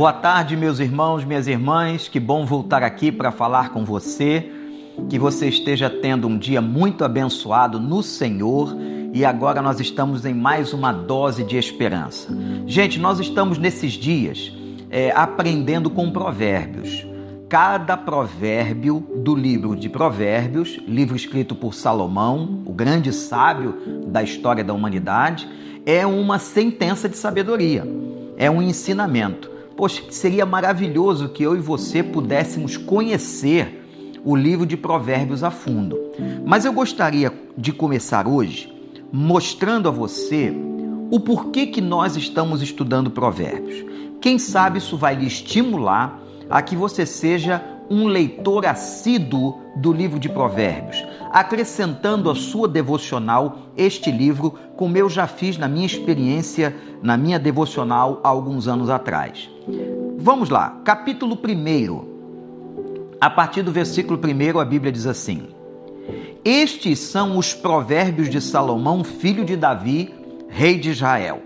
Boa tarde, meus irmãos, minhas irmãs. Que bom voltar aqui para falar com você. Que você esteja tendo um dia muito abençoado no Senhor. E agora nós estamos em mais uma dose de esperança. Gente, nós estamos nesses dias aprendendo com provérbios. Cada provérbio do livro de Provérbios, livro escrito por Salomão, o grande sábio da história da humanidade, é uma sentença de sabedoria, é um ensinamento. Poxa, seria maravilhoso que eu e você pudéssemos conhecer o livro de Provérbios a fundo. Mas eu gostaria de começar hoje mostrando a você o porquê que nós estamos estudando Provérbios. Quem sabe isso vai lhe estimular a que você seja um leitor assíduo do livro de Provérbios, acrescentando à sua devocional este livro, como eu já fiz na minha experiência, na minha devocional há alguns anos atrás. Vamos lá, capítulo 1. A partir do versículo 1, a Bíblia diz assim: Estes são os provérbios de Salomão, filho de Davi, rei de Israel.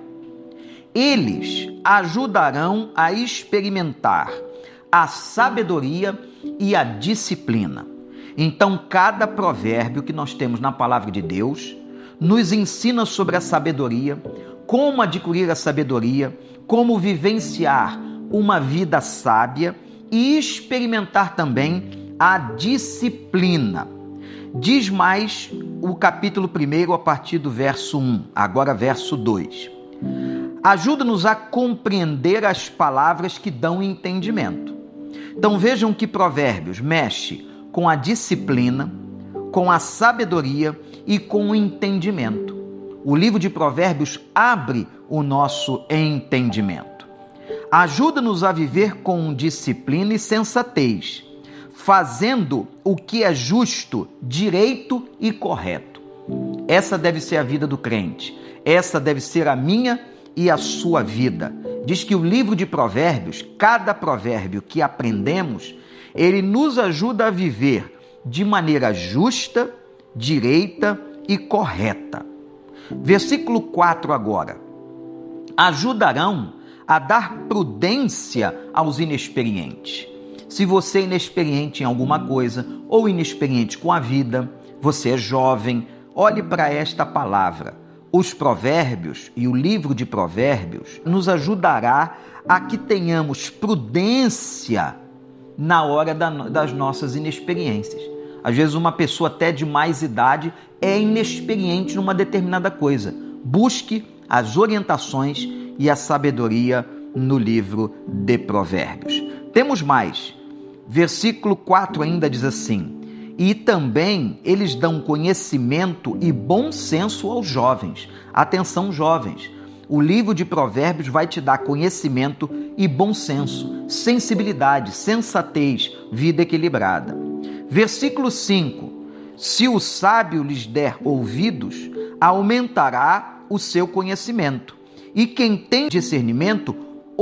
Eles ajudarão a experimentar a sabedoria e a disciplina. Então, cada provérbio que nós temos na palavra de Deus nos ensina sobre a sabedoria, como adquirir a sabedoria, como vivenciar uma vida sábia e experimentar também a disciplina. Diz mais o capítulo 1 a partir do verso 1, agora verso 2. Ajuda-nos a compreender as palavras que dão entendimento. Então vejam que Provérbios mexe com a disciplina, com a sabedoria e com o entendimento. O livro de Provérbios abre o nosso entendimento. Ajuda-nos a viver com disciplina e sensatez, fazendo o que é justo, direito e correto. Essa deve ser a vida do crente. Essa deve ser a minha e a sua vida. Diz que o livro de Provérbios, cada provérbio que aprendemos, ele nos ajuda a viver de maneira justa, direita e correta. Versículo 4 agora. Ajudarão a dar prudência aos inexperientes. Se você é inexperiente em alguma coisa ou inexperiente com a vida, você é jovem, olhe para esta palavra. Os provérbios e o livro de Provérbios nos ajudará a que tenhamos prudência na hora das nossas inexperiências. Às vezes uma pessoa até de mais idade é inexperiente numa determinada coisa. Busque as orientações e a sabedoria no livro de Provérbios. Temos mais. Versículo 4 ainda diz assim: E também eles dão conhecimento e bom senso aos jovens. Atenção, jovens, o livro de Provérbios vai te dar conhecimento e bom senso, sensibilidade, sensatez, vida equilibrada. Versículo 5: Se o sábio lhes der ouvidos, aumentará o seu conhecimento. E quem tem discernimento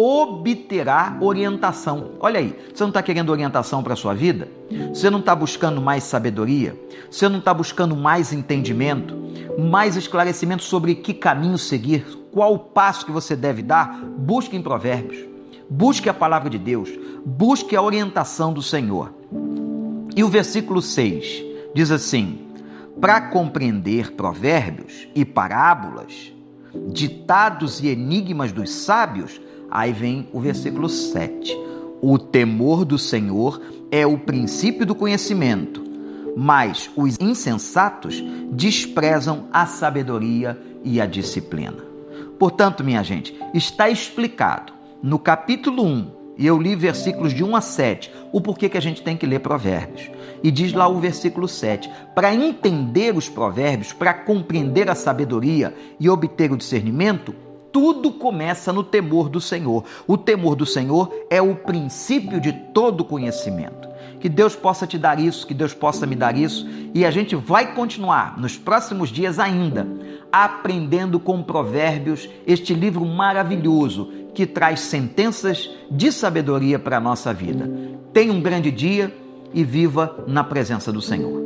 obterá orientação. Olha aí, você não está querendo orientação para a sua vida? Você não está buscando mais sabedoria? Você não está buscando mais entendimento? Mais esclarecimento sobre que caminho seguir? Qual o passo que você deve dar? Busque em Provérbios. Busque a palavra de Deus. Busque a orientação do Senhor. E o versículo 6 diz assim: Para compreender provérbios e parábolas, ditados e enigmas dos sábios. Aí vem o versículo 7. O temor do Senhor é o princípio do conhecimento, mas os insensatos desprezam a sabedoria e a disciplina. Portanto, minha gente, está explicado no capítulo 1, e eu li versículos de 1 a 7, o porquê que a gente tem que ler Provérbios. E diz lá o versículo 7, para entender os provérbios, para compreender a sabedoria e obter o discernimento, tudo começa no temor do Senhor. O temor do Senhor é o princípio de todo conhecimento. Que Deus possa te dar isso, que Deus possa me dar isso. E a gente vai continuar nos próximos dias ainda aprendendo com Provérbios, este livro maravilhoso que traz sentenças de sabedoria para a nossa vida. Tenha um grande dia e viva na presença do Senhor.